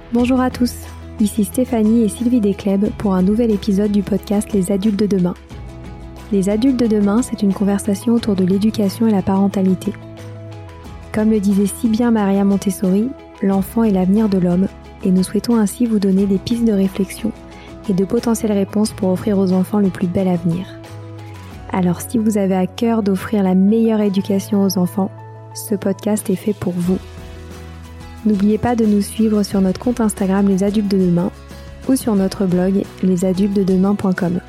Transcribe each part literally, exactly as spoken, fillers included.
Bonjour à tous, ici Stéphanie et Sylvie Desclèbes pour un nouvel épisode du podcast Les Adultes de demain. Les Adultes de demain, c'est une conversation autour de l'éducation et la parentalité. Comme le disait si bien Maria Montessori, l'enfant est l'avenir de l'homme et nous souhaitons ainsi vous donner des pistes de réflexion et de potentielles réponses pour offrir aux enfants le plus bel avenir. Alors si vous avez à cœur d'offrir la meilleure éducation aux enfants, ce podcast est fait pour vous. N'oubliez pas de nous suivre sur notre compte Instagram Les Adultes de Demain ou sur notre blog les adultes de demain point com.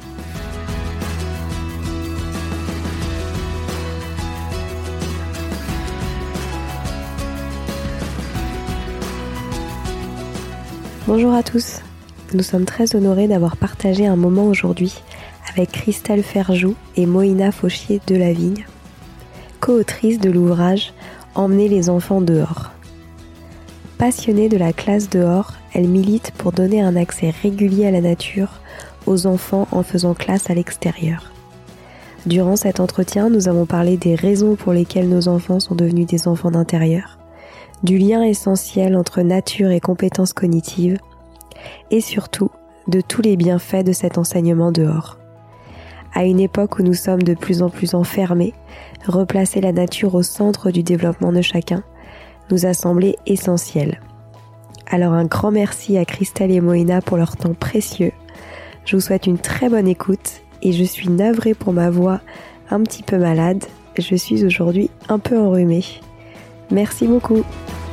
Bonjour à tous, nous sommes très honorés d'avoir partagé un moment aujourd'hui avec Christelle Ferjou et Moïna Fauchier-Delavigne, co-autrices de l'ouvrage Emmener les enfants dehors. Passionnée de la classe dehors, elle milite pour donner un accès régulier à la nature aux enfants en faisant classe à l'extérieur. Durant cet entretien, nous avons parlé des raisons pour lesquelles nos enfants sont devenus des enfants d'intérieur, du lien essentiel entre nature et compétences cognitives, et surtout de tous les bienfaits de cet enseignement dehors. À une époque où nous sommes de plus en plus enfermés, replacer la nature au centre du développement de chacun nous a semblé essentiel. Alors un grand merci à Christelle et Moïna pour leur temps précieux. Je vous souhaite une très bonne écoute et je suis navrée pour ma voix un petit peu malade. Je suis aujourd'hui un peu enrhumée. Merci beaucoup.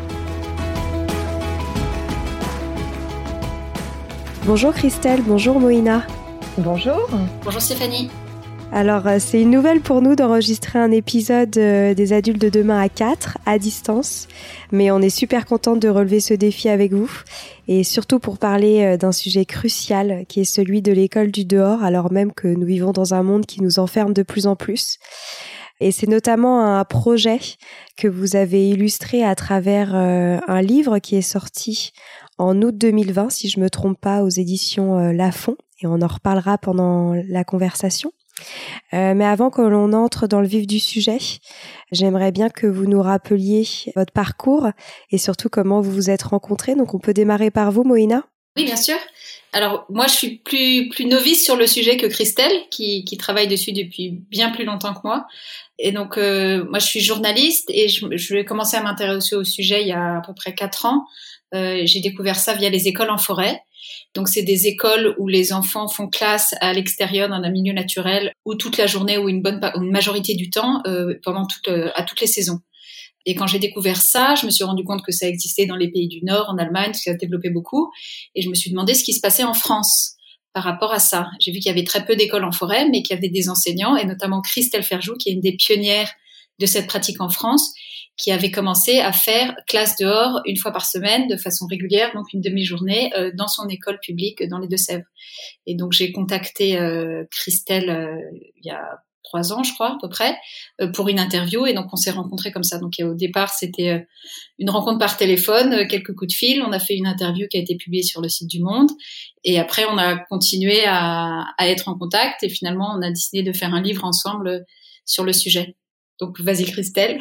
Bonjour Christelle, bonjour Moïna. Bonjour. Bonjour Stéphanie. Alors, c'est une nouvelle pour nous d'enregistrer un épisode des Adultes de demain à quatre, à distance. Mais on est super contente de relever ce défi avec vous. Et surtout pour parler d'un sujet crucial qui est celui de l'école du dehors, alors même que nous vivons dans un monde qui nous enferme de plus en plus. Et c'est notamment un projet que vous avez illustré à travers un livre qui est sorti en août deux mille vingt, si je me trompe pas, aux éditions Lafon. Et on en reparlera pendant la conversation. Euh, mais avant que l'on entre dans le vif du sujet, j'aimerais bien que vous nous rappeliez votre parcours et surtout comment vous vous êtes rencontrés. Donc on peut démarrer par vous, Moïna. Oui, bien sûr. Alors moi, je suis plus plus novice sur le sujet que Christelle, qui qui travaille dessus depuis bien plus longtemps que moi. Et donc euh, moi, je suis journaliste et je, je vais commencer à m'intéresser au sujet il y a à peu près quatre ans. Euh, j'ai découvert ça via les écoles en forêt. Donc c'est des écoles où les enfants font classe à l'extérieur dans un milieu naturel, ou toute la journée ou une bonne une majorité du temps euh, pendant toute euh, à toutes les saisons. Et quand j'ai découvert ça, je me suis rendu compte que ça existait dans les pays du Nord, en Allemagne, que ça se développait beaucoup, et je me suis demandé ce qui se passait en France par rapport à ça. J'ai vu qu'il y avait très peu d'écoles en forêt, mais qu'il y avait des enseignants, et notamment Christelle Ferjou, qui est une des pionnières de cette pratique en France, qui avait commencé à faire classe dehors une fois par semaine de façon régulière, donc une demi-journée euh, dans son école publique dans les Deux-Sèvres. Et donc j'ai contacté euh, Christelle euh, il y a trois ans, je crois, à peu près, euh, pour une interview, et donc on s'est rencontrés comme ça. Donc au départ, c'était euh, une rencontre par téléphone, euh, quelques coups de fil, on a fait une interview qui a été publiée sur le site du Monde, et après on a continué à, à être en contact, et finalement on a décidé de faire un livre ensemble sur le sujet. Donc, vas-y, Christelle.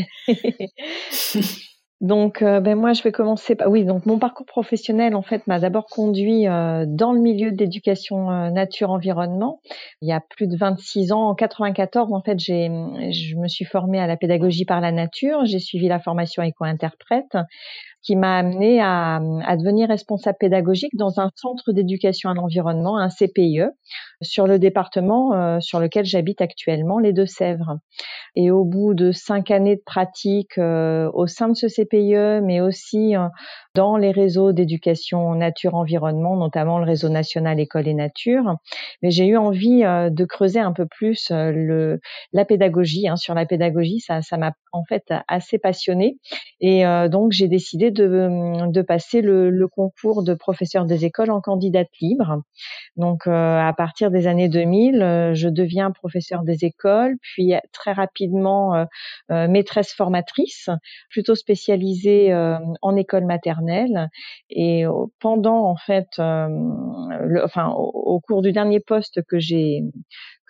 Donc, euh, ben moi, je vais commencer par... Oui, donc mon parcours professionnel, en fait, m'a d'abord conduit euh, dans le milieu de l'éducation euh, nature-environnement. Il y a plus de vingt-six ans, en quatre-vingt-quatorze, en fait, j'ai, je me suis formée à la pédagogie par la nature. J'ai suivi la formation éco-interprète, qui m'a amenée à, à devenir responsable pédagogique dans un centre d'éducation à l'environnement, un C P I E, sur le département euh, sur lequel j'habite actuellement, les Deux-Sèvres. Et au bout de cinq années de pratique euh, au sein de ce C P I E, mais aussi euh, dans les réseaux d'éducation nature-environnement, notamment le réseau national École et Nature, mais j'ai eu envie euh, de creuser un peu plus euh, le, la pédagogie. Hein. Sur la pédagogie, ça, ça m'a en fait assez passionnée. Et euh, donc, j'ai décidé de, de passer le, le concours de professeur des écoles en candidate libre. Donc, euh, à partir des années deux mille, euh, je deviens professeur des écoles, puis très rapidement euh, euh, maîtresse formatrice, plutôt spécialisée euh, en école maternelle. Et pendant, en fait, euh, le, enfin, au, au cours du dernier poste que j'ai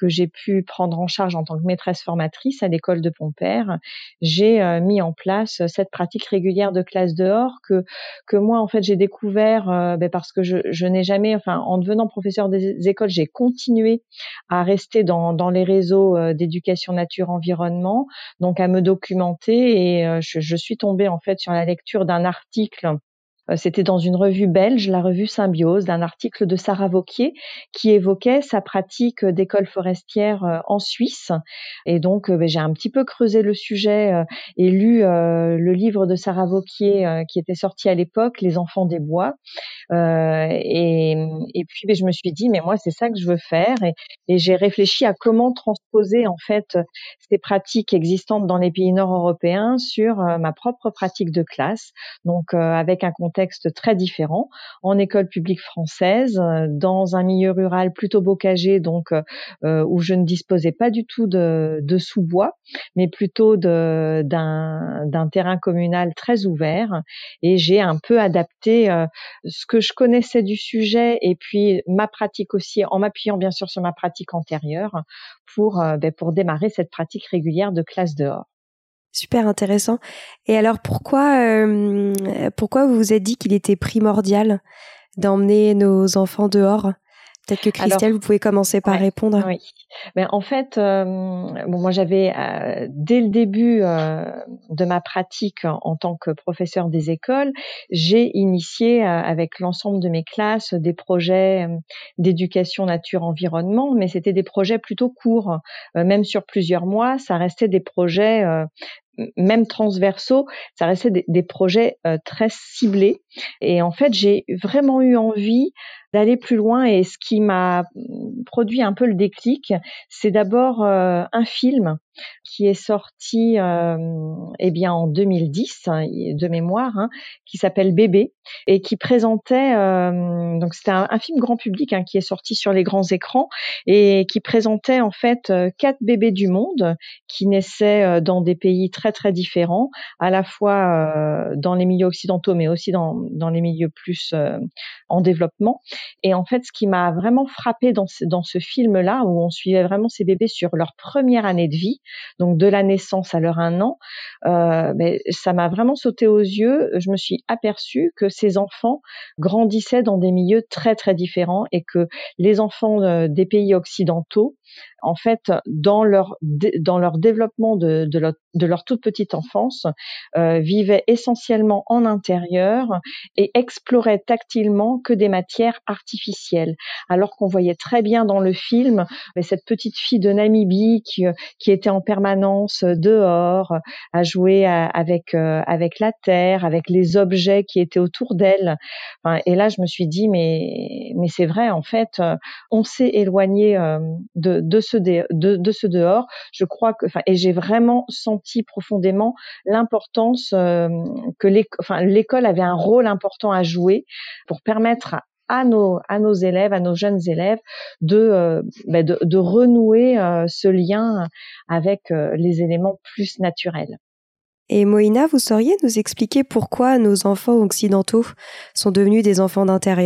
que j'ai pu prendre en charge en tant que maîtresse formatrice à l'école de Pompère, j'ai euh, mis en place cette pratique régulière de classe dehors que que moi en fait j'ai découvert euh, ben parce que je, je n'ai jamais, enfin en devenant professeur des écoles, j'ai continué à rester dans dans les réseaux euh, d'éducation nature environnement, donc à me documenter et euh, je, je suis tombée en fait sur la lecture d'un article. C'était dans une revue belge, la revue Symbiose, d'un article de Sarah Vauquier qui évoquait sa pratique d'école forestière en Suisse. Et donc, ben, j'ai un petit peu creusé le sujet euh, et lu euh, le livre de Sarah Vauquier euh, qui était sorti à l'époque, Les enfants des bois. Euh, et, et puis, ben, je me suis dit, mais moi, c'est ça que je veux faire. Et, et j'ai réfléchi à comment transposer en fait ces pratiques existantes dans les pays nord-européens sur euh, ma propre pratique de classe. Donc, euh, avec un contexte très différent, en école publique française, dans un milieu rural plutôt bocagé, donc euh, où je ne disposais pas du tout de, de sous-bois, mais plutôt de, d'un, d'un terrain communal très ouvert. Et j'ai un peu adapté euh, ce que je connaissais du sujet et puis ma pratique aussi, en m'appuyant bien sûr sur ma pratique antérieure, pour, euh, ben, pour démarrer cette pratique régulière de classe dehors. Super intéressant. Et alors pourquoi euh, pourquoi vous vous êtes dit qu'il était primordial d'emmener nos enfants dehors ? Peut-être que Christelle, alors, vous pouvez commencer par ouais, répondre. Oui. Ben, en fait, euh, bon, moi j'avais euh, dès le début euh, de ma pratique en, en tant que professeur des écoles, j'ai initié euh, avec l'ensemble de mes classes des projets euh, d'éducation nature-environnement, mais c'était des projets plutôt courts, euh, même sur plusieurs mois. Ça restait des projets euh, même transversaux, ça restait des, des projets euh, très ciblés. Et en fait, j'ai vraiment eu envie d'aller plus loin. Et ce qui m'a produit un peu le déclic, c'est d'abord euh, un film qui est sorti euh, eh bien en deux mille dix hein, de mémoire, hein, qui s'appelle Bébé et qui présentait euh, donc c'était un, un film grand public hein, qui est sorti sur les grands écrans et qui présentait en fait euh, quatre bébés du monde qui naissaient euh, dans des pays très très différents, à la fois euh, dans les milieux occidentaux mais aussi dans dans les milieux plus euh, en développement. Et en fait, ce qui m'a vraiment frappée dans ce, dans ce film-là, où on suivait vraiment ces bébés sur leur première année de vie, donc de la naissance à leur un an, euh, mais ça m'a vraiment sauté aux yeux. Je me suis aperçue que ces enfants grandissaient dans des milieux très très différents et que les enfants euh, des pays occidentaux, en fait, dans leur dans leur développement de de leur, de leur toute petite enfance, euh, vivaient essentiellement en intérieur et exploraient tactilement que des matières artificielles. Alors qu'on voyait très bien dans le film mais cette petite fille de Namibie qui qui était en permanence dehors à jouer à, avec euh, avec la terre, avec les objets qui étaient autour d'elle. Enfin, et là, je me suis dit mais mais c'est vrai en fait, on s'est éloigné euh, de de ce de, de ce dehors. Je crois que, enfin, et j'ai vraiment senti profondément l'importance euh, que l'école, enfin, l'école avait un rôle important à jouer pour permettre à à nos à nos élèves, à nos jeunes élèves de euh, bah de, de renouer euh, ce lien avec euh, les éléments plus naturels. Et Moïna, vous sauriez nous expliquer pourquoi nos enfants occidentaux sont devenus des enfants d'intérieur ?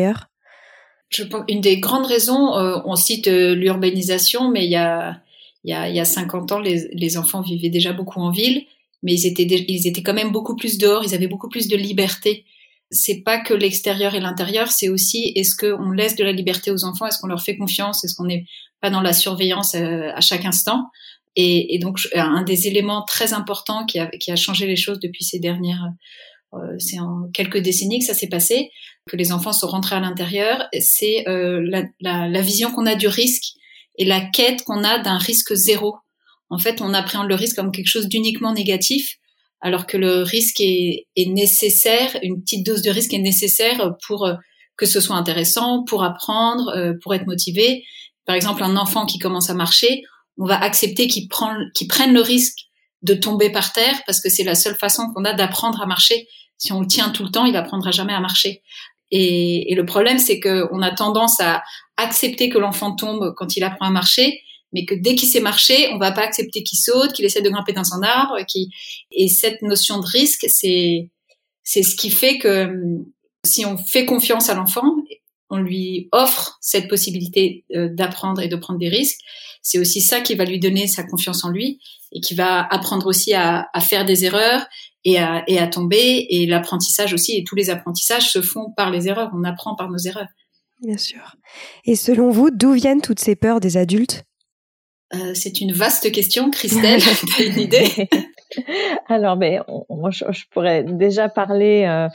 Je pense une des grandes raisons, euh, on cite euh, l'urbanisation, mais il y a il y a il y a cinquante ans, les les enfants vivaient déjà beaucoup en ville, mais ils étaient ils étaient quand même beaucoup plus dehors, ils avaient beaucoup plus de liberté. C'est pas que l'extérieur et l'intérieur, c'est aussi est-ce qu'on laisse de la liberté aux enfants, est-ce qu'on leur fait confiance, est-ce qu'on n'est pas dans la surveillance euh, à chaque instant. Et, et donc un des éléments très importants qui a qui a changé les choses depuis ces dernières Euh, c'est en quelques décennies que ça s'est passé, que les enfants sont rentrés à l'intérieur, c'est euh, la, la, la vision qu'on a du risque et la quête qu'on a d'un risque zéro. En fait, on appréhende le risque comme quelque chose d'uniquement négatif, alors que le risque est, est nécessaire, une petite dose de risque est nécessaire pour euh, que ce soit intéressant, pour apprendre, euh, pour être motivé. Par exemple, un enfant qui commence à marcher, on va accepter qu'il, prend, qu'il prenne le risque de tomber par terre parce que c'est la seule façon qu'on a d'apprendre à marcher. Si on le tient tout le temps, il apprendra jamais à marcher. Et, et le problème, c'est que on a tendance à accepter que l'enfant tombe quand il apprend à marcher, mais que dès qu'il sait marcher, on va pas accepter qu'il saute, qu'il essaie de grimper dans un arbre, qu'il... et cette notion de risque, c'est c'est ce qui fait que si on fait confiance à l'enfant, on lui offre cette possibilité euh, d'apprendre et de prendre des risques, c'est aussi ça qui va lui donner sa confiance en lui et qui va apprendre aussi à, à faire des erreurs et à, et à tomber. Et l'apprentissage aussi, et tous les apprentissages se font par les erreurs. On apprend par nos erreurs. Bien sûr. Et selon vous, d'où viennent toutes ces peurs des adultes ? Euh, c'est une vaste question, Christelle. T'as une idée ? Alors, ben, on, on, je, je pourrais déjà parler euh,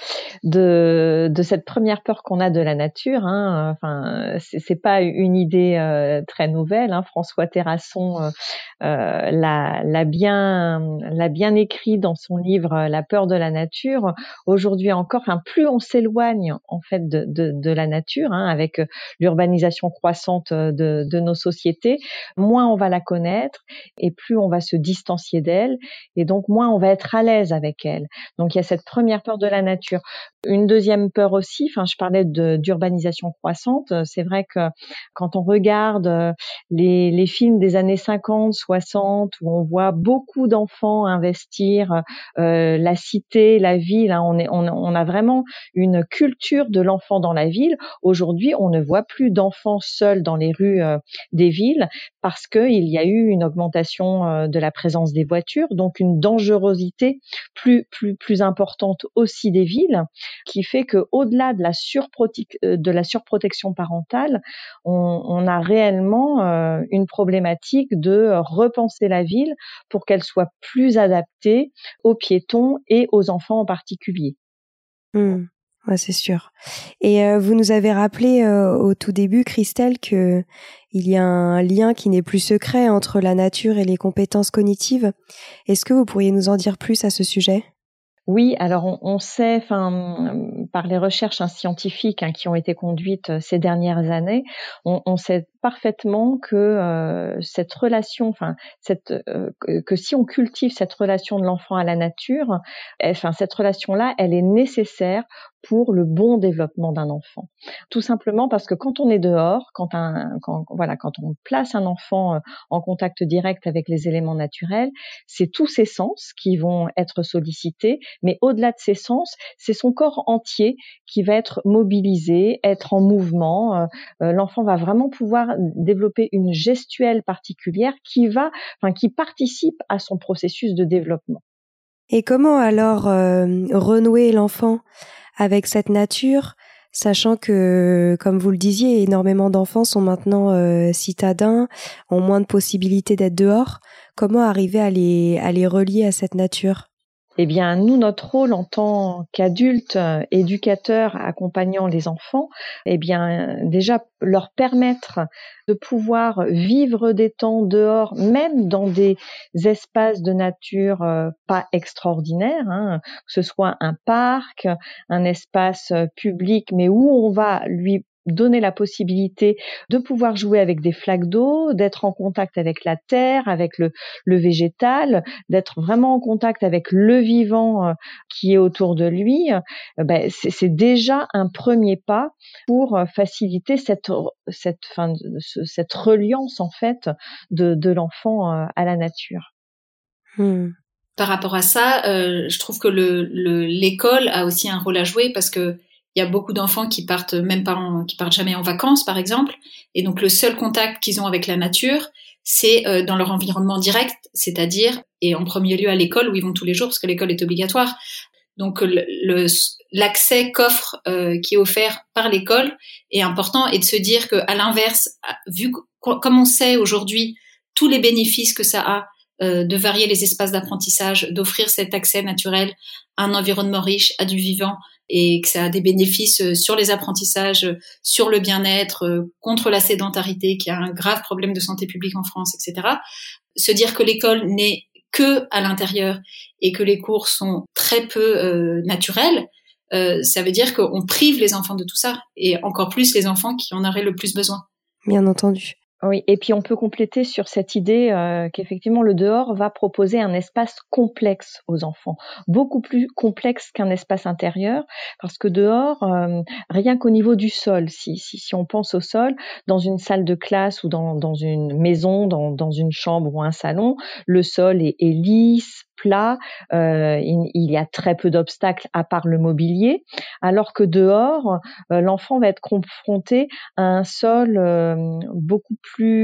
de de cette première peur qu'on a de la nature. Hein. Enfin, c'est, c'est pas une idée euh, très nouvelle. Hein. François Terrasson euh, euh, l'a, l'a bien l'a bien écrit dans son livre La peur de la nature. Aujourd'hui encore, enfin, plus on s'éloigne en fait de de, de la nature, hein, avec l'urbanisation croissante de de nos sociétés, moins on va la connaître et plus on va se distancier d'elle. Et donc, moins on va être à l'aise avec elle. Donc, il y a cette première peur de la nature. Une deuxième peur aussi, enfin, je parlais de, d'urbanisation croissante. C'est vrai que quand on regarde les, les films des années cinquante, soixante, où on voit beaucoup d'enfants investir euh, la cité, la ville, hein, on, est, on, on a vraiment une culture de l'enfant dans la ville. Aujourd'hui, on ne voit plus d'enfants seuls dans les rues euh, des villes parce qu'il y a eu une augmentation euh, de la présence des voitures, donc une dangerosité plus plus plus importante aussi des villes, qui fait que au-delà de la surprote- de la surprotection parentale, on, on a réellement euh, une problématique de repenser la ville pour qu'elle soit plus adaptée aux piétons et aux enfants en particulier. Mmh. Ouais, c'est sûr. Et euh, vous nous avez rappelé euh, au tout début, Christelle, que il y a un lien qui n'est plus secret entre la nature et les compétences cognitives. Est-ce que vous pourriez nous en dire plus à ce sujet ? Oui, alors on, on sait, enfin, par les recherches hein, scientifiques hein, qui ont été conduites ces dernières années, on, on sait parfaitement que euh, cette relation, enfin, cette euh, que, que si on cultive cette relation de l'enfant à la nature, enfin, cette relation-là, elle est nécessaire pour le bon développement d'un enfant. Tout simplement parce que quand on est dehors, quand un, quand, voilà, quand on place un enfant en contact direct avec les éléments naturels, c'est tous ses sens qui vont être sollicités. Mais au-delà de ses sens, c'est son corps entier qui va être mobilisé, être en mouvement. Euh, l'enfant va vraiment pouvoir développer une gestuelle particulière qui va, enfin, qui participe à son processus de développement. Et comment alors euh, renouer l'enfant avec cette nature, sachant que, comme vous le disiez, énormément d'enfants sont maintenant euh, citadins, ont moins de possibilités d'être dehors. Comment arriver à les, à les relier à cette nature ? Eh bien, nous, notre rôle en tant qu'adultes, euh, éducateurs, accompagnant les enfants, eh bien, déjà leur permettre de pouvoir vivre des temps dehors, même dans des espaces de nature euh, pas extraordinaires, hein, que ce soit un parc, un espace public, mais où on va lui donner la possibilité de pouvoir jouer avec des flaques d'eau, d'être en contact avec la terre, avec le, le végétal, d'être vraiment en contact avec le vivant euh, qui est autour de lui, euh, ben, c'est, c'est déjà un premier pas pour faciliter cette, cette, fin, cette reliance en fait de, de l'enfant euh, à la nature. Hmm. Par rapport à ça, euh, je trouve que le, le, l'école a aussi un rôle à jouer parce que il y a beaucoup d'enfants qui partent même pas en, qui partent jamais en vacances, par exemple, et donc le seul contact qu'ils ont avec la nature, c'est euh, dans leur environnement direct, c'est-à-dire et en premier lieu à l'école où ils vont tous les jours parce que l'école est obligatoire. Donc le, le, l'accès qu'offre, euh, qui est offert par l'école est important, et de se dire que à l'inverse, vu que, comme on sait aujourd'hui tous les bénéfices que ça a euh, de varier les espaces d'apprentissage, d'offrir cet accès naturel à un environnement riche, à du vivant, et que ça a des bénéfices sur les apprentissages, sur le bien-être, contre la sédentarité, qui est un grave problème de santé publique en France, et cetera. Se dire que l'école n'est que à l'intérieur et que les cours sont très peu euh, naturels, euh, ça veut dire qu'on prive les enfants de tout ça, et encore plus les enfants qui en auraient le plus besoin. Bien entendu. Oui, et puis on peut compléter sur cette idée euh, qu'effectivement le dehors va proposer un espace complexe aux enfants, beaucoup plus complexe qu'un espace intérieur, parce que dehors, euh, rien qu'au niveau du sol, si, si, si on pense au sol, dans une salle de classe ou dans, dans une maison, dans, dans une chambre ou un salon, le sol est, est lisse, plat, euh, il, il y a très peu d'obstacles à part le mobilier, alors que dehors, euh, l'enfant va être confronté à un sol euh, beaucoup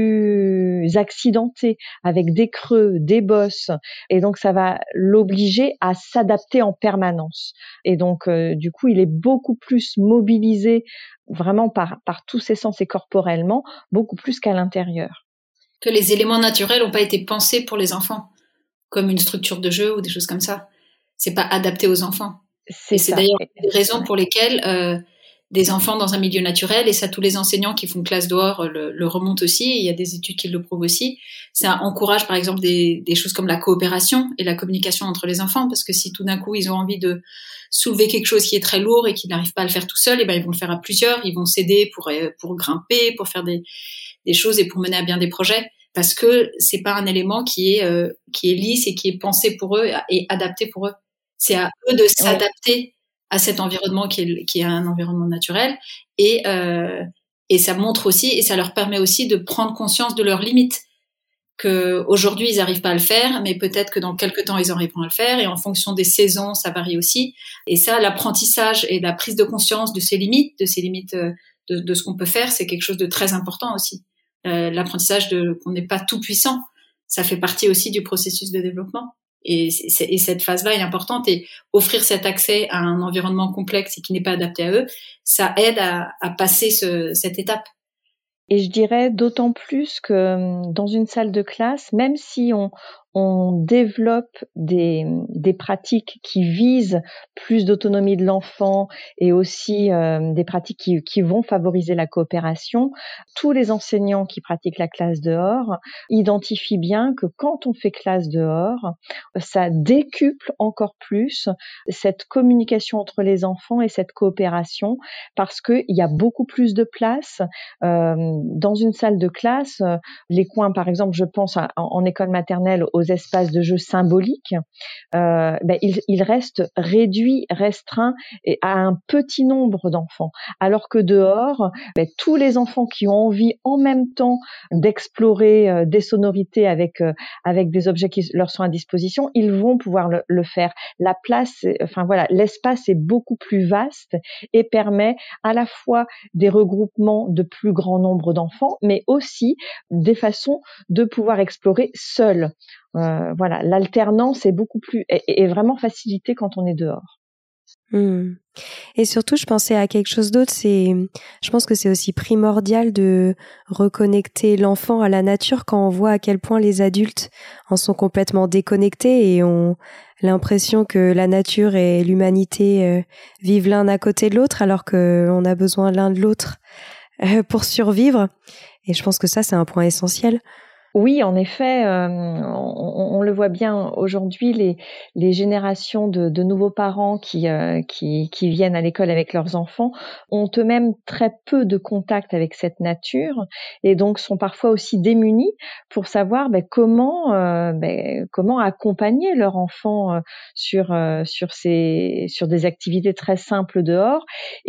plus accidenté, avec des creux, des bosses, et donc ça va l'obliger à s'adapter en permanence. Et donc, euh, du coup, il est beaucoup plus mobilisé vraiment par, par tous ses sens et corporellement, beaucoup plus qu'à l'intérieur. Que les éléments naturels n'ont pas été pensés pour les enfants, comme une structure de jeu ou des choses comme ça. C'est pas adapté aux enfants. C'est et c'est ça. d'ailleurs une des raisons pour lesquelles euh, des enfants dans un milieu naturel, et ça tous les enseignants qui font classe dehors le, le remontent aussi, il y a des études qui le prouvent aussi, ça encourage par exemple des, des choses comme la coopération et la communication entre les enfants, parce que si tout d'un coup ils ont envie de soulever quelque chose qui est très lourd et qu'ils n'arrivent pas à le faire tout seuls, et ben ils vont le faire à plusieurs, ils vont s'aider pour, pour grimper, pour faire des, des choses et pour mener à bien des projets, parce que c'est pas un élément qui est, euh, qui est lisse et qui est pensé pour eux et adapté pour eux. C'est à eux de s'adapter ouais. à cet environnement qui est, qui est un environnement naturel, et, euh, et ça montre aussi, et ça leur permet aussi de prendre conscience de leurs limites, que aujourd'hui ils n'arrivent pas à le faire, mais peut-être que dans quelques temps ils arriveront à le faire, et en fonction des saisons ça varie aussi. Et ça, l'apprentissage et la prise de conscience de ses limites, de ses limites de, de ce qu'on peut faire, c'est quelque chose de très important aussi. Euh, l'apprentissage de qu'on n'est pas tout puissant, ça fait partie aussi du processus de développement. Et, c'est, et cette phase-là est importante, et offrir cet accès à un environnement complexe et qui n'est pas adapté à eux, ça aide à, à passer ce, cette étape. Et je dirais d'autant plus que dans une salle de classe, même si on, on développe des, des pratiques qui visent plus d'autonomie de l'enfant et aussi euh, des pratiques qui, qui vont favoriser la coopération, tous les enseignants qui pratiquent la classe dehors identifient bien que quand on fait classe dehors, ça décuple encore plus cette communication entre les enfants et cette coopération, parce qu'il y a beaucoup plus de place. Euh, dans une salle de classe, les coins, par exemple, je pense à, en, en école maternelle, aux espaces de jeu symboliques, euh, ben, il, il reste réduit, restreint et à un petit nombre d'enfants. Alors que dehors, ben, tous les enfants qui ont envie en même temps d'explorer euh, des sonorités avec euh, avec des objets qui leur sont à disposition, ils vont pouvoir le, le faire. La place, enfin voilà, l'espace est beaucoup plus vaste et permet à la fois des regroupements de plus grand nombre d'enfants, mais aussi des façons de pouvoir explorer seul. Euh, voilà, l'alternance est beaucoup plus est, est vraiment facilitée quand on est dehors. Mmh. Et surtout, je pensais à quelque chose d'autre. C'est, je pense que c'est aussi primordial de reconnecter l'enfant à la nature quand on voit à quel point les adultes en sont complètement déconnectés et ont l'impression que la nature et l'humanité euh, vivent l'un à côté de l'autre, alors qu'on a besoin l'un de l'autre euh, pour survivre. Et je pense que ça, c'est un point essentiel. Oui, en effet, euh, on, on le voit bien aujourd'hui, les, les générations de, de nouveaux parents qui, euh, qui, qui viennent à l'école avec leurs enfants ont eux-mêmes très peu de contact avec cette nature, et donc sont parfois aussi démunis pour savoir ben, comment, euh, ben, comment accompagner leur enfant euh, sur, euh, sur, ces, sur des activités très simples dehors.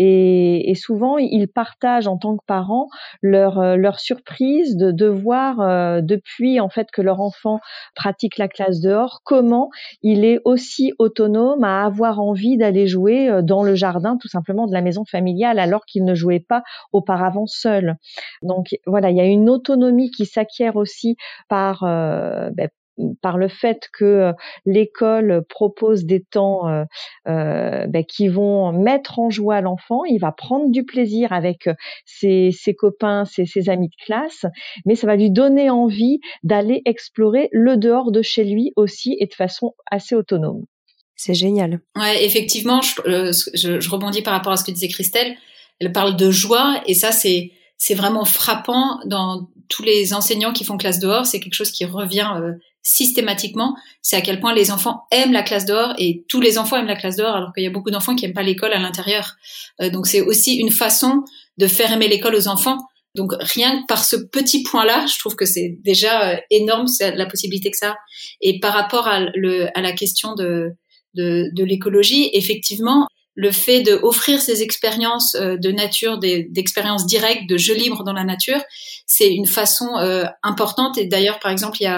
Et, et souvent, ils partagent en tant que parents leur, leur surprise de, de voir euh, depuis en fait que leur enfant pratique la classe dehors, comment il est aussi autonome à avoir envie d'aller jouer dans le jardin tout simplement de la maison familiale, alors qu'il ne jouait pas auparavant seul. Donc voilà, il y a une autonomie qui s'acquiert aussi par euh, ben, par le fait que l'école propose des temps euh, euh, ben, qui vont mettre en joie l'enfant, il va prendre du plaisir avec ses, ses copains, ses, ses amis de classe, mais ça va lui donner envie d'aller explorer le dehors de chez lui aussi, et de façon assez autonome. C'est génial. Ouais, effectivement, je, euh, je, je rebondis par rapport à ce que disait Christelle. Elle parle de joie, et ça, c'est c'est vraiment frappant dans tous les enseignants qui font classe dehors. C'est quelque chose qui revient euh, systématiquement. C'est à quel point les enfants aiment la classe dehors, et tous les enfants aiment la classe dehors, alors qu'il y a beaucoup d'enfants qui aiment pas l'école à l'intérieur. Euh, donc c'est aussi une façon de faire aimer l'école aux enfants. Donc rien que par ce petit point-là, je trouve que c'est déjà euh, énorme, c'est la possibilité que ça a. Et par rapport à, le, à la question de, de, de l'écologie, effectivement, le fait de offrir ces expériences euh, de nature, des, d'expériences directes, de jeux libres dans la nature, c'est une façon euh, importante. Et d'ailleurs, par exemple, il y a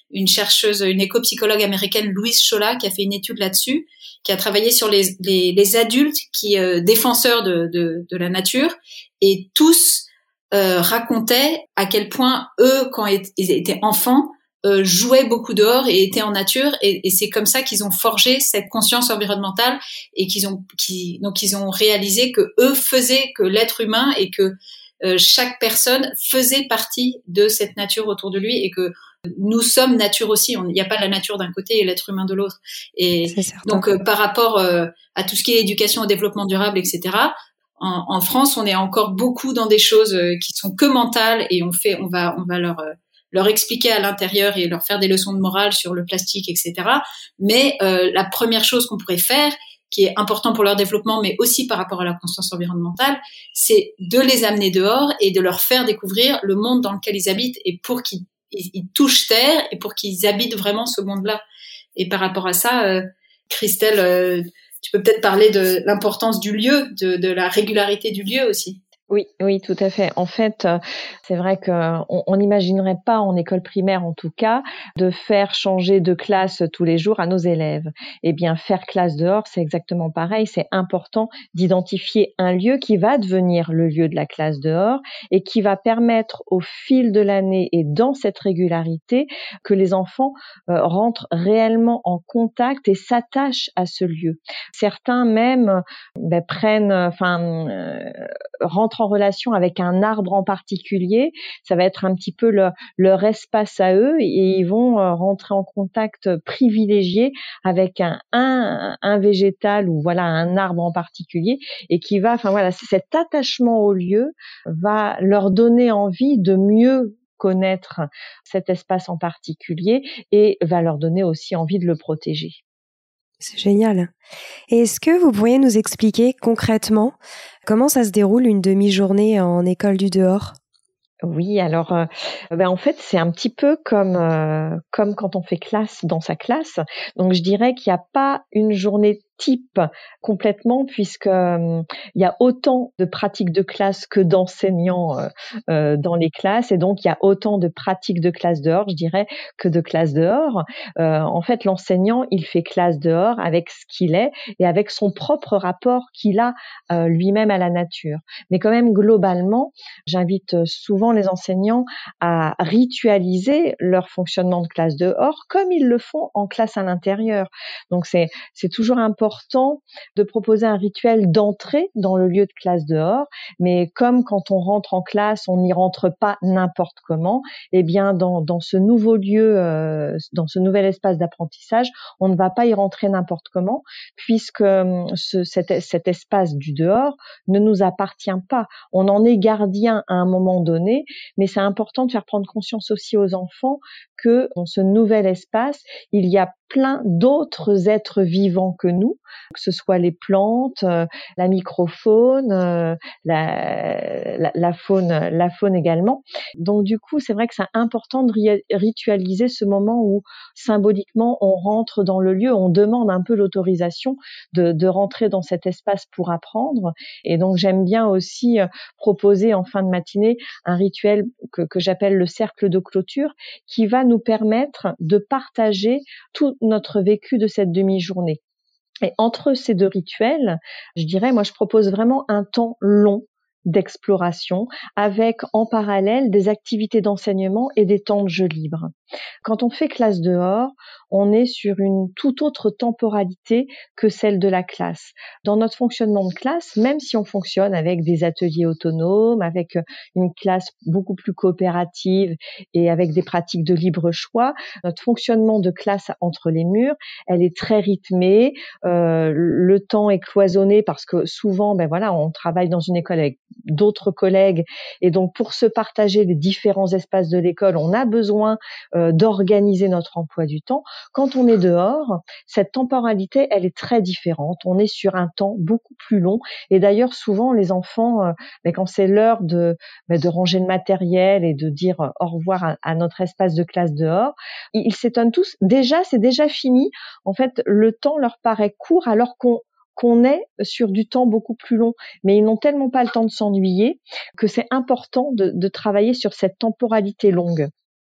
une chercheuse, une éco-psychologue américaine, Louise Chola, qui a fait une étude là-dessus, qui a travaillé sur les, les, les adultes qui euh, défenseurs de, de, de la nature, et tous euh, racontaient à quel point eux, quand ils étaient enfants, euh, jouaient beaucoup dehors et étaient en nature, et, et c'est comme ça qu'ils ont forgé cette conscience environnementale, et qu'ils ont, qui, donc ils ont réalisé que eux faisaient, que l'être humain et que euh, chaque personne faisait partie de cette nature autour de lui, et que nous sommes nature aussi. Il n'y a pas la nature d'un côté et l'être humain de l'autre. Et donc, euh, par rapport euh, à tout ce qui est éducation au développement durable, et cetera, en, en France, on est encore beaucoup dans des choses euh, qui sont que mentales, et on fait, on va, on va leur euh, leur expliquer à l'intérieur et leur faire des leçons de morale sur le plastique, et cetera. Mais euh, la première chose qu'on pourrait faire, qui est important pour leur développement, mais aussi par rapport à la conscience environnementale, c'est de les amener dehors et de leur faire découvrir le monde dans lequel ils habitent, et pour qu'ils ils, ils touchent terre, et pour qu'ils habitent vraiment ce monde-là. Et par rapport à ça, euh, Christelle, euh, tu peux peut-être parler de l'importance du lieu, de, de la régularité du lieu aussi. Oui, oui, tout à fait. En fait, c'est vrai qu'on on n'imaginerait pas en école primaire, en tout cas, de faire changer de classe tous les jours à nos élèves. Eh bien, faire classe dehors, c'est exactement pareil. C'est important d'identifier un lieu qui va devenir le lieu de la classe dehors, et qui va permettre au fil de l'année et dans cette régularité que les enfants euh, rentrent réellement en contact et s'attachent à ce lieu. Certains même ben, prennent, enfin, euh, rentrent en relation avec un arbre en particulier. Ça va être un petit peu leur, leur espace à eux, et ils vont rentrer en contact privilégié avec un, un, un végétal ou voilà un arbre en particulier, et qui va, enfin voilà, cet attachement au lieu va leur donner envie de mieux connaître cet espace en particulier, et va leur donner aussi envie de le protéger. C'est génial. Et est-ce que vous pourriez nous expliquer concrètement comment ça se déroule une demi-journée en école du dehors ? Oui, alors euh, ben en fait c'est un petit peu comme euh, comme quand on fait classe dans sa classe. Donc je dirais qu'il n'y a pas une journée type complètement, puisque euh, il y a autant de pratiques de classe que d'enseignants euh, euh, dans les classes, et donc il y a autant de pratiques de classe dehors, je dirais, que de classe dehors. Euh, en fait, l'enseignant, il fait classe dehors avec ce qu'il est et avec son propre rapport qu'il a euh, lui-même à la nature. Mais quand même, globalement, j'invite souvent les enseignants à ritualiser leur fonctionnement de classe dehors comme ils le font en classe à l'intérieur. Donc c'est c'est toujours important de proposer un rituel d'entrée dans le lieu de classe dehors, mais comme quand on rentre en classe, on n'y rentre pas n'importe comment, eh bien dans dans ce nouveau lieu, euh, dans ce nouvel espace d'apprentissage, on ne va pas y rentrer n'importe comment, puisque ce, cet, cet espace du dehors ne nous appartient pas. On en est gardien à un moment donné, mais c'est important de faire prendre conscience aussi aux enfants que dans ce nouvel espace, il y a plein d'autres êtres vivants que nous, que ce soit les plantes, euh, la microfaune, euh, la, la, la faune, la faune également. Donc du coup, c'est vrai que c'est important de ri- ritualiser ce moment où symboliquement on rentre dans le lieu, on demande un peu l'autorisation de, de rentrer dans cet espace pour apprendre. Et donc j'aime bien aussi euh, proposer en fin de matinée un rituel que, que j'appelle le cercle de clôture, qui va nous permettre de partager tout notre vécu de cette demi-journée. Et entre ces deux rituels, je dirais, moi je propose vraiment un temps long d'exploration, avec en parallèle des activités d'enseignement et des temps de jeu libre. Quand on fait classe dehors, on est sur une toute autre temporalité que celle de la classe. Dans notre fonctionnement de classe, même si on fonctionne avec des ateliers autonomes, avec une classe beaucoup plus coopérative et avec des pratiques de libre choix, notre fonctionnement de classe entre les murs, elle est très rythmée. Euh, le temps est cloisonné parce que souvent, ben voilà, on travaille dans une école avec d'autres collègues, et donc pour se partager les différents espaces de l'école, on a besoin euh, d'organiser notre emploi du temps. Quand on est dehors, cette temporalité, elle est très différente. On est sur un temps beaucoup plus long, et d'ailleurs souvent les enfants, euh, ben, quand c'est l'heure de, ben, de ranger le matériel et de dire au revoir à, à notre espace de classe dehors, ils, ils s'étonnent tous. Déjà, c'est déjà fini. En fait, le temps leur paraît court alors qu'on qu'on est sur du temps beaucoup plus long, mais ils n'ont tellement pas le temps de s'ennuyer que c'est important de, de travailler sur cette temporalité longue.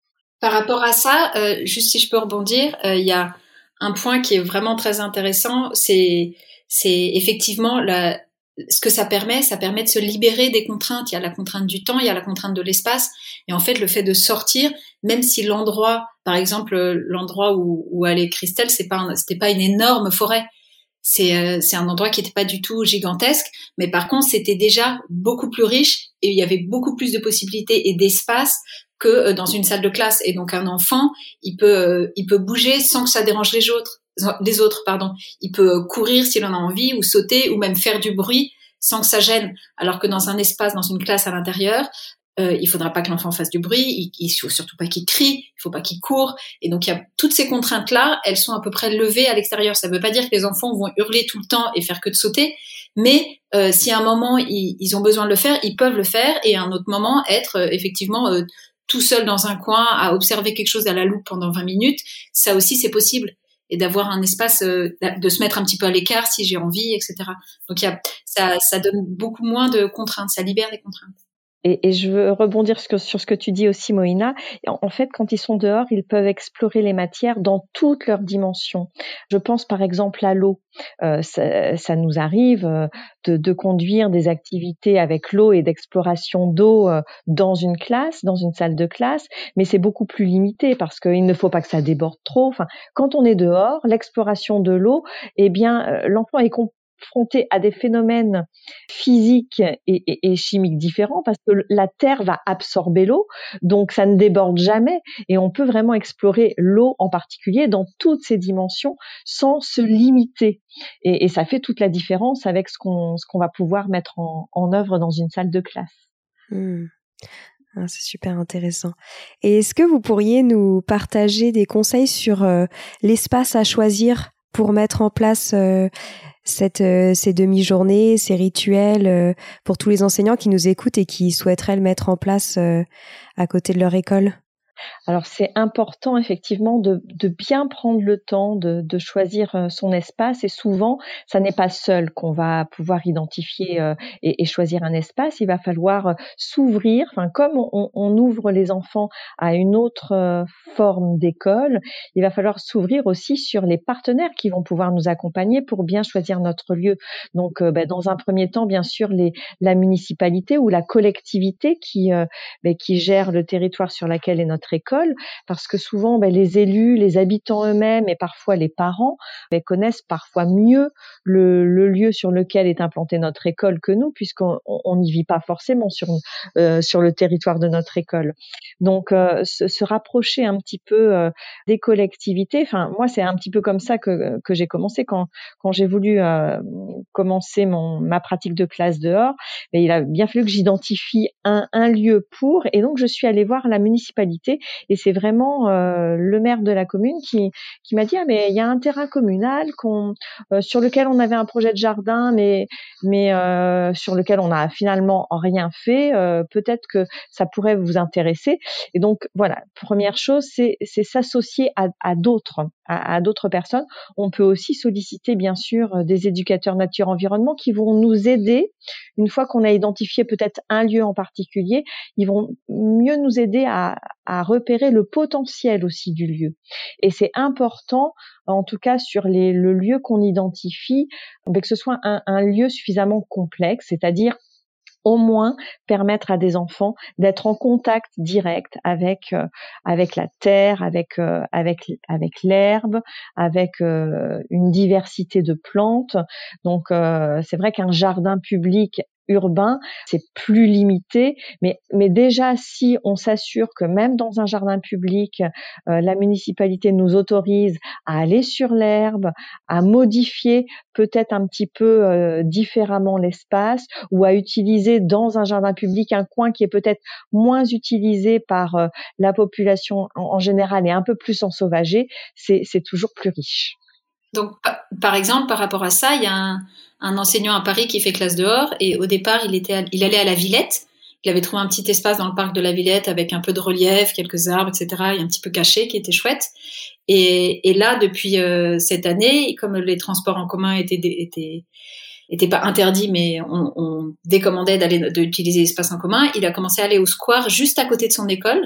Par rapport à ça, euh, juste si je peux rebondir, il euh, y a un point qui est vraiment très intéressant, c'est, c'est effectivement la, ce que ça permet, ça permet de se libérer des contraintes. Il y a la contrainte du temps, il y a la contrainte de l'espace, et en fait, le fait de sortir, même si l'endroit, par exemple, l'endroit où, où allait Christelle, c'est pas, un, c'était pas une énorme forêt. C'est, euh, c'est un endroit qui était pas du tout gigantesque, mais par contre, c'était déjà beaucoup plus riche et il y avait beaucoup plus de possibilités et d'espace que dans une salle de classe. Et donc, un enfant, il peut, euh, il peut bouger sans que ça dérange les autres, les autres, pardon. Il peut courir s'il en a envie ou sauter ou même faire du bruit sans que ça gêne. Alors que dans un espace, dans une classe à l'intérieur, Euh, il faudra pas que l'enfant fasse du bruit, il, il faut surtout pas qu'il crie, il faut pas qu'il court, et donc il y a toutes ces contraintes-là, elles sont à peu près levées à l'extérieur. Ça veut pas dire que les enfants vont hurler tout le temps et faire que de sauter, mais euh, si à un moment ils, ils ont besoin de le faire, ils peuvent le faire, et à un autre moment être euh, effectivement euh, tout seul dans un coin à observer quelque chose à la loupe pendant vingt minutes, ça aussi c'est possible, et d'avoir un espace, euh, de se mettre un petit peu à l'écart si j'ai envie, et cetera. Donc il y a, ça, ça donne beaucoup moins de contraintes, ça libère des contraintes. Et, et je veux rebondir sur, sur ce que tu dis aussi, Moïna. En, en fait, quand ils sont dehors, ils peuvent explorer les matières dans toutes leurs dimensions. Je pense par exemple à l'eau. Euh, ça, ça nous arrive euh, de, de conduire des activités avec l'eau et d'exploration d'eau euh, dans une classe, dans une salle de classe, mais c'est beaucoup plus limité parce qu'il ne faut pas que ça déborde trop. Enfin, quand on est dehors, l'exploration de l'eau, eh bien, euh, l'enfant est complètement confronté à des phénomènes physiques et, et, et chimiques différents parce que la terre va absorber l'eau, donc ça ne déborde jamais et on peut vraiment explorer l'eau en particulier dans toutes ses dimensions sans se limiter. Et, et ça fait toute la différence avec ce qu'on, ce qu'on va pouvoir mettre en, en œuvre dans une salle de classe. Mmh. Ah, c'est super intéressant. Et est-ce que vous pourriez nous partager des conseils sur euh, l'espace à choisir pour mettre en place euh, cette, euh, ces demi-journées, ces rituels euh, pour tous les enseignants qui nous écoutent et qui souhaiteraient le mettre en place euh, à côté de leur école? Alors c'est important effectivement de, de bien prendre le temps de, de choisir son espace et souvent ça n'est pas seul qu'on va pouvoir identifier euh, et, et choisir un espace. Il va falloir s'ouvrir, enfin comme on, on ouvre les enfants à une autre euh, forme d'école, il va falloir s'ouvrir aussi sur les partenaires qui vont pouvoir nous accompagner pour bien choisir notre lieu. Donc euh, bah, dans un premier temps bien sûr les, la municipalité ou la collectivité qui, euh, bah, qui gère le territoire sur lequel est notre école, parce que souvent ben, les élus, les habitants eux-mêmes et parfois les parents ben, connaissent parfois mieux le, le lieu sur lequel est implantée notre école que nous, puisqu'on n'y vit pas forcément sur, euh, sur le territoire de notre école. Donc euh, se, se rapprocher un petit peu euh, des collectivités, enfin moi c'est un petit peu comme ça que, que j'ai commencé quand, quand j'ai voulu euh, commencer mon, ma pratique de classe dehors, ben, il a bien fallu que j'identifie un, un lieu pour, et donc je suis allée voir la municipalité. Et c'est vraiment euh, le maire de la commune qui, qui m'a dit ah mais il y a un terrain communal qu'on, euh, sur lequel on avait un projet de jardin, mais mais euh, sur lequel on n'a finalement rien fait. Euh, peut-être que ça pourrait vous intéresser. Et donc voilà, première chose, c'est c'est s'associer à, à d'autres, à, à d'autres personnes. On peut aussi solliciter bien sûr des éducateurs nature-environnement qui vont nous aider. Une fois qu'on a identifié peut-être un lieu en particulier, ils vont mieux nous aider à, à repérer le potentiel aussi du lieu. Et c'est important, en tout cas sur les, le lieu qu'on identifie, que ce soit un, un lieu suffisamment complexe, c'est-à-dire au moins permettre à des enfants d'être en contact direct avec euh, avec la terre, avec euh, avec avec l'herbe, avec euh, une diversité de plantes. Donc euh, c'est vrai qu'un jardin public urbain, c'est plus limité, mais mais déjà si on s'assure que même dans un jardin public, euh, la municipalité nous autorise à aller sur l'herbe, à modifier peut-être un petit peu euh, différemment l'espace, ou à utiliser dans un jardin public un coin qui est peut-être moins utilisé par euh, la population en, en général et un peu plus ensauvagé, c'est c'est toujours plus riche. Donc, par exemple, par rapport à ça, il y a un, un enseignant à Paris qui fait classe dehors et au départ, il, était à, il allait à la Villette. Il avait trouvé un petit espace dans le parc de la Villette avec un peu de relief, quelques arbres, et cetera, et un petit peu caché qui était chouette. Et, et là, depuis euh, cette année, comme les transports en commun étaient, étaient, étaient pas interdits, mais on, on décommandait d'aller d'utiliser l'espace en commun, il a commencé à aller au square juste à côté de son école.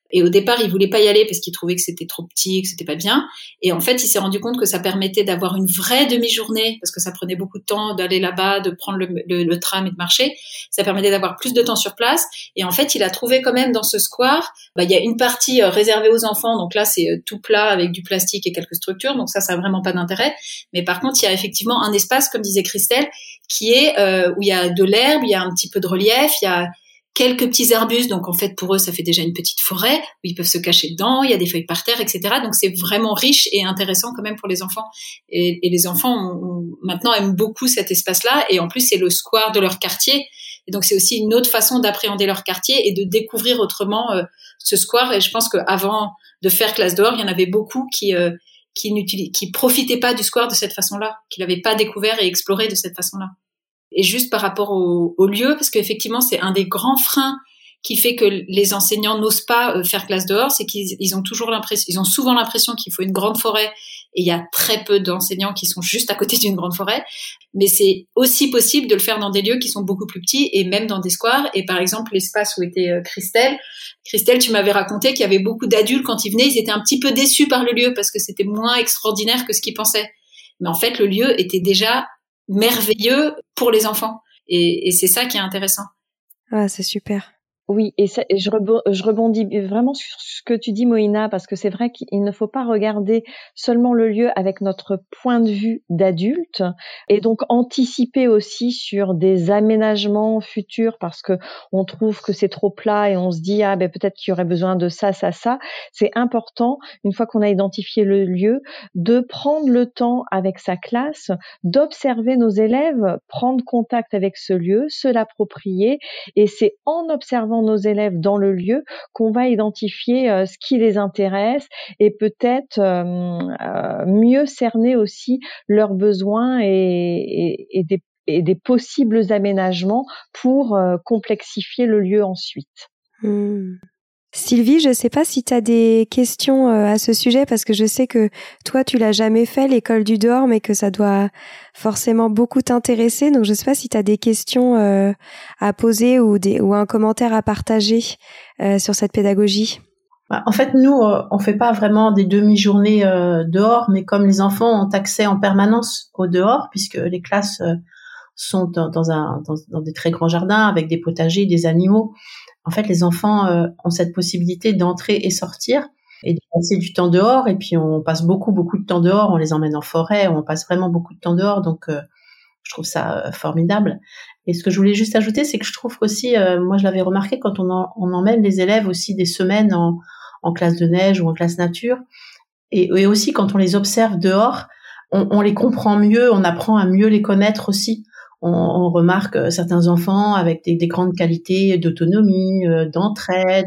Et au départ, il voulait pas y aller parce qu'il trouvait que c'était trop petit, que c'était pas bien. Et en fait, il s'est rendu compte que ça permettait d'avoir une vraie demi-journée, parce que ça prenait beaucoup de temps d'aller là-bas, de prendre le, le, le tram et de marcher. Ça permettait d'avoir plus de temps sur place. Et en fait, il a trouvé quand même dans ce square, bah, il y a une partie euh, réservée aux enfants. Donc là, c'est euh, tout plat avec du plastique et quelques structures. Donc ça, ça a vraiment pas d'intérêt. Mais par contre, il y a effectivement un espace, comme disait Christelle, qui est euh, où il y a de l'herbe, il y a un petit peu de relief, il y a quelques petits arbustes, donc en fait pour eux ça fait déjà une petite forêt où ils peuvent se cacher dedans, il y a des feuilles par terre, et cetera. Donc c'est vraiment riche et intéressant quand même pour les enfants. Et, et les enfants ont, ont, maintenant aiment beaucoup cet espace-là, et en plus c'est le square de leur quartier. Et donc c'est aussi une autre façon d'appréhender leur quartier et de découvrir autrement euh, ce square. Et je pense qu'avant de faire classe dehors, il y en avait beaucoup qui euh, qui n'utilis- qui profitaient pas du square de cette façon-là, qui l'avaient pas découvert et exploré de cette façon-là. Et juste par rapport au, au lieu, parce qu'effectivement, c'est un des grands freins qui fait que les enseignants n'osent pas faire classe dehors, c'est qu'ils ils ont toujours l'impression, ils ont souvent l'impression qu'il faut une grande forêt, et il y a très peu d'enseignants qui sont juste à côté d'une grande forêt. Mais c'est aussi possible de le faire dans des lieux qui sont beaucoup plus petits, et même dans des squares. Et par exemple, l'espace où était Christelle, Christelle, tu m'avais raconté qu'il y avait beaucoup d'adultes quand ils venaient, ils étaient un petit peu déçus par le lieu parce que c'était moins extraordinaire que ce qu'ils pensaient. Mais en fait, le lieu était déjà merveilleux pour les enfants. Et, et c'est ça qui est intéressant. Ah, c'est super. Oui, et, ça, et je, rebond, je rebondis vraiment sur ce que tu dis, Moïna, parce que c'est vrai qu'il ne faut pas regarder seulement le lieu avec notre point de vue d'adulte, et donc anticiper aussi sur des aménagements futurs, parce que on trouve que c'est trop plat et on se dit ah ben peut-être qu'il y aurait besoin de ça, ça, ça. C'est important, une fois qu'on a identifié le lieu, de prendre le temps avec sa classe, d'observer nos élèves, prendre contact avec ce lieu, se l'approprier, et c'est en observant nos élèves dans le lieu qu'on va identifier euh, ce qui les intéresse et peut-être euh, euh, mieux cerner aussi leurs besoins et, et, et, des, et des possibles aménagements pour euh, complexifier le lieu ensuite. Mmh. Sylvie, je ne sais pas si tu as des questions à ce sujet, parce que je sais que toi, tu l'as jamais fait, l'école du dehors, mais que ça doit forcément beaucoup t'intéresser. Donc, je ne sais pas si tu as des questions euh, à poser ou, des, ou un commentaire à partager euh, sur cette pédagogie. En fait, nous, on fait pas vraiment des demi-journées euh, dehors, mais comme les enfants ont accès en permanence au dehors, puisque les classes euh, sont dans, dans, un, dans, dans des très grands jardins avec des potagers, des animaux. En fait, les enfants euh, ont cette possibilité d'entrer et sortir et de passer du temps dehors. Et puis, on passe beaucoup, beaucoup de temps dehors. On les emmène en forêt. On passe vraiment beaucoup de temps dehors. Donc, euh, je trouve ça euh, formidable. Et ce que je voulais juste ajouter, c'est que je trouve qu'aussi, euh, moi, je l'avais remarqué quand on, en, on emmène les élèves aussi des semaines en, en classe de neige ou en classe nature. Et, et aussi, quand on les observe dehors, on, on les comprend mieux. On apprend à mieux les connaître aussi. On, on remarque certains enfants avec des, des grandes qualités d'autonomie, euh, d'entraide,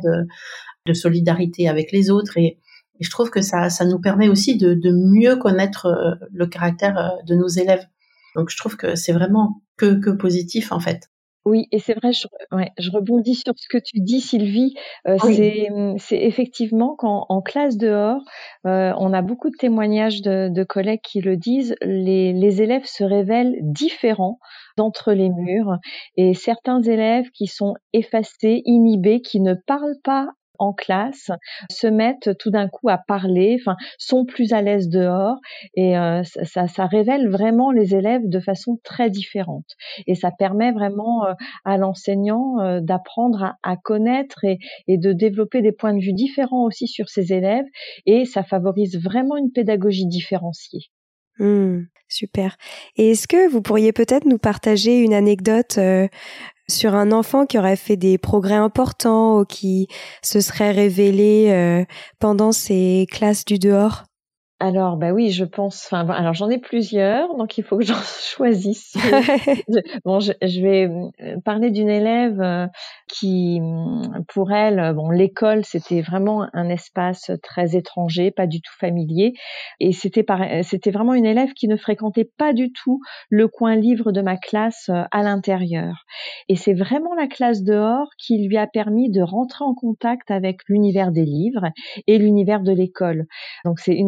de solidarité avec les autres. Et, et je trouve que ça, ça nous permet aussi de, de mieux connaître euh, le caractère euh, de nos élèves. Donc, je trouve que c'est vraiment que, que positif, en fait. Oui, et c'est vrai, je, ouais, je rebondis sur ce que tu dis, Sylvie. Euh, oui. c'est, c'est effectivement qu'en en classe dehors, euh, on a beaucoup de témoignages de, de collègues qui le disent, les, les élèves se révèlent différents d'entre les murs, et certains élèves qui sont effacés, inhibés, qui ne parlent pas en classe, se mettent tout d'un coup à parler, enfin, sont plus à l'aise dehors, et euh, ça, ça révèle vraiment les élèves de façon très différente. Et ça permet vraiment euh, à l'enseignant euh, d'apprendre à, à connaître et, et de développer des points de vue différents aussi sur ses élèves, et ça favorise vraiment une pédagogie différenciée. Mmh, super. Et est-ce que vous pourriez peut-être nous partager une anecdote euh, sur un enfant qui aurait fait des progrès importants ou qui se serait révélé euh, pendant ses classes du dehors? Alors, bah oui, je pense, enfin, alors j'en ai plusieurs, donc il faut que j'en choisisse. Bon, je, je vais parler d'une élève euh, qui, pour elle, bon, l'école, c'était vraiment un espace très étranger, pas du tout familier. Et c'était par, c'était vraiment une élève qui ne fréquentait pas du tout le coin livre de ma classe euh, à l'intérieur. Et c'est vraiment la classe dehors qui lui a permis de rentrer en contact avec l'univers des livres et l'univers de l'école. Donc, c'est une toute petite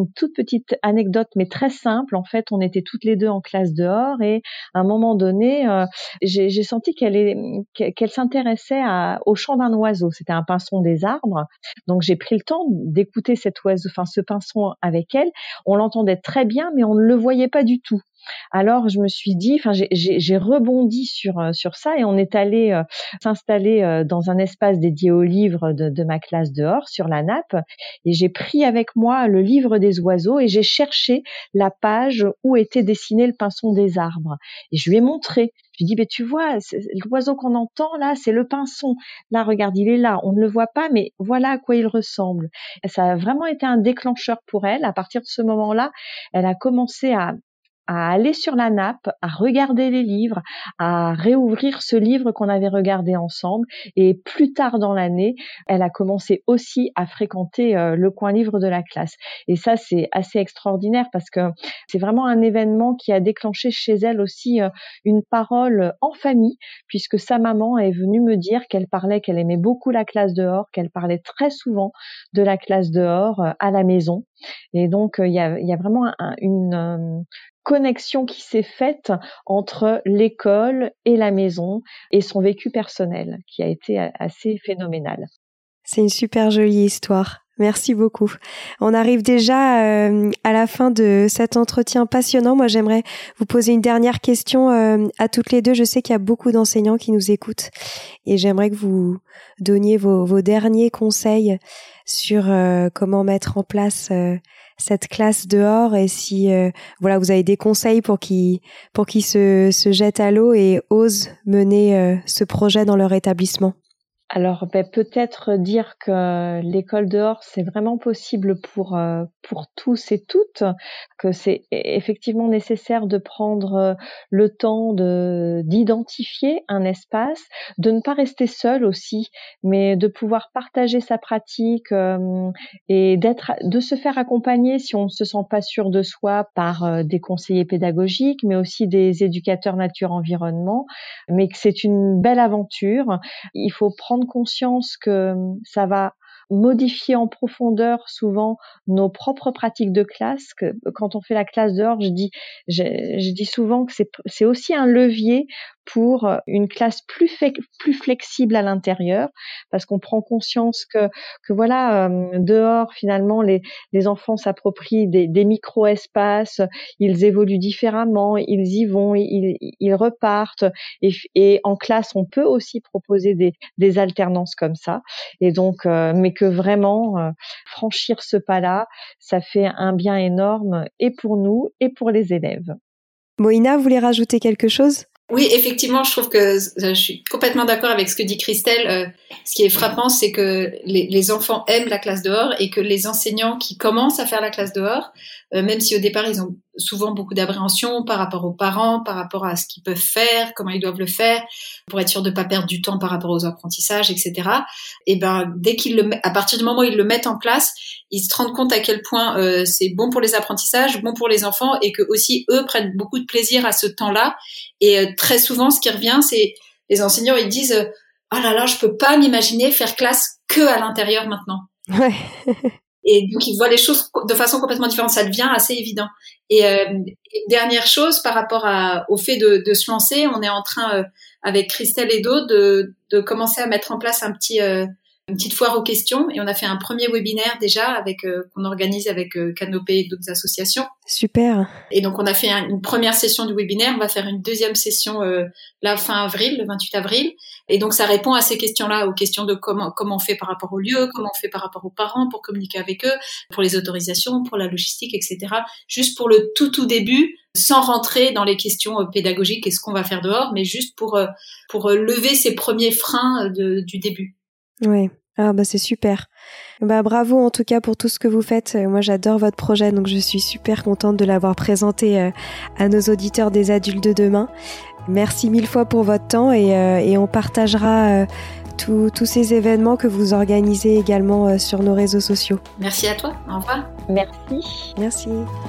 petite anecdote, mais très simple. En fait, on était toutes les deux en classe dehors et à un moment donné, euh, j'ai, j'ai senti qu'elle, est, qu'elle s'intéressait à, au chant d'un oiseau. C'était un pinson des arbres. Donc, j'ai pris le temps d'écouter cet oiseau, enfin, ce pinson avec elle. On l'entendait très bien, mais on ne le voyait pas du tout. Alors je me suis dit, enfin j'ai, j'ai, j'ai rebondi sur sur ça et on est allé euh, s'installer euh, dans un espace dédié aux livres de, de ma classe dehors sur la nappe et j'ai pris avec moi le livre des oiseaux et j'ai cherché la page où était dessiné le pinson des arbres et je lui ai montré. Je lui ai dit, mais tu vois, l'oiseau qu'on entend là, c'est le pinson. Là, regarde, il est là. On ne le voit pas, mais voilà à quoi il ressemble. Et ça a vraiment été un déclencheur pour elle. À partir de ce moment-là, elle a commencé à à aller sur la nappe, à regarder les livres, à réouvrir ce livre qu'on avait regardé ensemble. Et plus tard dans l'année, elle a commencé aussi à fréquenter euh, le coin livre de la classe. Et ça, c'est assez extraordinaire parce que c'est vraiment un événement qui a déclenché chez elle aussi euh, une parole en famille, puisque sa maman est venue me dire qu'elle parlait, qu'elle aimait beaucoup la classe dehors, qu'elle parlait très souvent de la classe dehors euh, à la maison. Et donc, il euh, y, a, y a vraiment un, une... Euh, connexion qui s'est faite entre l'école et la maison et son vécu personnel qui a été assez phénoménal. C'est une super jolie histoire. Merci beaucoup. On arrive déjà euh, à la fin de cet entretien passionnant. Moi, j'aimerais vous poser une dernière question euh, à toutes les deux. Je sais qu'il y a beaucoup d'enseignants qui nous écoutent et j'aimerais que vous donniez vos, vos derniers conseils sur euh, comment mettre en place euh, cette classe dehors et si euh, voilà vous avez des conseils pour qu'ils pour qu'ils se se jettent à l'eau et osent mener euh, ce projet dans leur établissement. Alors ben, peut-être dire que l'école dehors c'est vraiment possible pour euh, pour tous et toutes, que c'est effectivement nécessaire de prendre le temps de d'identifier un espace, de ne pas rester seul aussi, mais de pouvoir partager sa pratique euh, et d'être de se faire accompagner si on ne se sent pas sûr de soi par euh, des conseillers pédagogiques, mais aussi des éducateurs nature-environnement, mais que c'est une belle aventure. Il faut prendre conscience que ça va modifier en profondeur souvent nos propres pratiques de classe. Que quand on fait la classe dehors, je dis, je, je dis souvent que c'est, c'est aussi un levier pour une classe plus fe- plus flexible à l'intérieur, parce qu'on prend conscience que que voilà euh, dehors finalement les les enfants s'approprient des, des micro-espaces, ils évoluent différemment, ils y vont, ils ils repartent et, et en classe on peut aussi proposer des des alternances comme ça et donc euh, mais que vraiment euh, franchir ce pas-là, ça fait un bien énorme et pour nous et pour les élèves. Moïna, vous voulez rajouter quelque chose ? Oui, effectivement, je trouve que je suis complètement d'accord avec ce que dit Christelle. Euh, ce qui est frappant, c'est que les, les enfants aiment la classe dehors et que les enseignants qui commencent à faire la classe dehors, euh, même si au départ ils ont souvent beaucoup d'appréhension par rapport aux parents, par rapport à ce qu'ils peuvent faire, comment ils doivent le faire, pour être sûr de pas perdre du temps par rapport aux apprentissages, et cetera. Et ben, dès qu'ils le, à partir du moment où ils le mettent en place, ils se rendent compte à quel point euh, c'est bon pour les apprentissages, bon pour les enfants, et que aussi eux prennent beaucoup de plaisir à ce temps-là. Et euh, très souvent, ce qui revient, c'est les enseignants, ils disent euh, « Oh là là, je peux pas m'imaginer faire classe que à l'intérieur maintenant. » Ouais. Et donc, ils voient les choses de façon complètement différente. Ça devient assez évident. Et euh, dernière chose, par rapport à, au fait de, de se lancer, on est en train, euh, avec Christelle et d'autres, de, de commencer à mettre en place un petit, euh, une petite foire aux questions. Et on a fait un premier webinaire déjà avec euh, qu'on organise avec euh, Canopée et d'autres associations. Super. Et donc, on a fait un, une première session du webinaire. On va faire une deuxième session euh, la fin avril, le vingt-huit avril. Et donc, ça répond à ces questions-là, aux questions de comment comment on fait par rapport au lieu, comment on fait par rapport aux parents pour communiquer avec eux, pour les autorisations, pour la logistique, et cetera. Juste pour le tout tout début, sans rentrer dans les questions euh, pédagogiques et ce qu'on va faire dehors, mais juste pour euh, pour euh, lever ces premiers freins de, du début. Oui. Ah bah c'est super. Bah bravo en tout cas pour tout ce que vous faites. Moi j'adore votre projet, donc je suis super contente de l'avoir présenté euh, à nos auditeurs des adultes de demain. Merci mille fois pour votre temps et, euh, et on partagera euh, tous tous ces événements que vous organisez également euh, sur nos réseaux sociaux. Merci à toi. Au revoir. Merci. Merci.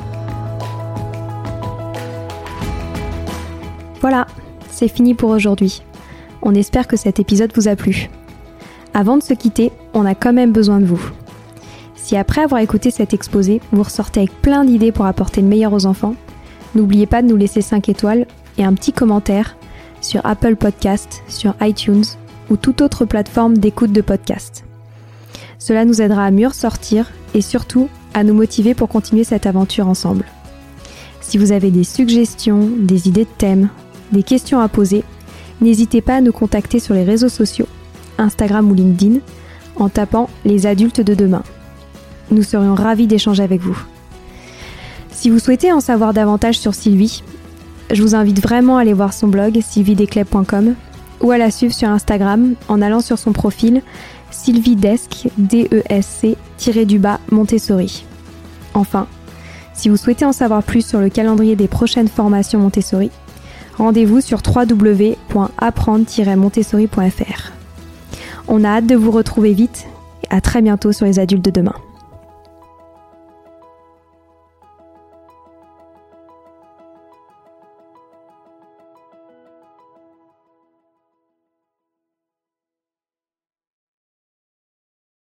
Voilà, c'est fini pour aujourd'hui. On espère que cet épisode vous a plu. Avant de se quitter, on a quand même besoin de vous. Si après avoir écouté cet exposé, vous ressortez avec plein d'idées pour apporter le meilleur aux enfants, n'oubliez pas de nous laisser cinq étoiles et un petit commentaire sur Apple Podcast, sur iTunes ou toute autre plateforme d'écoute de podcast. Cela nous aidera à mieux ressortir et surtout à nous motiver pour continuer cette aventure ensemble. Si vous avez des suggestions, des idées de thèmes, des questions à poser, n'hésitez pas à nous contacter sur les réseaux sociaux, Instagram ou LinkedIn, en tapant « Les adultes de demain ». Nous serions ravis d'échanger avec vous. Si vous souhaitez en savoir davantage sur Sylvie, je vous invite vraiment à aller voir son blog sylvie descleb point com ou à la suivre sur Instagram en allant sur son profil sylviedesc, D E S C, tiré du bas, Montessori. Enfin, si vous souhaitez en savoir plus sur le calendrier des prochaines formations Montessori, rendez-vous sur w w w point apprendre tiret montessori point f r. On a hâte de vous retrouver vite et à très bientôt sur les adultes de demain.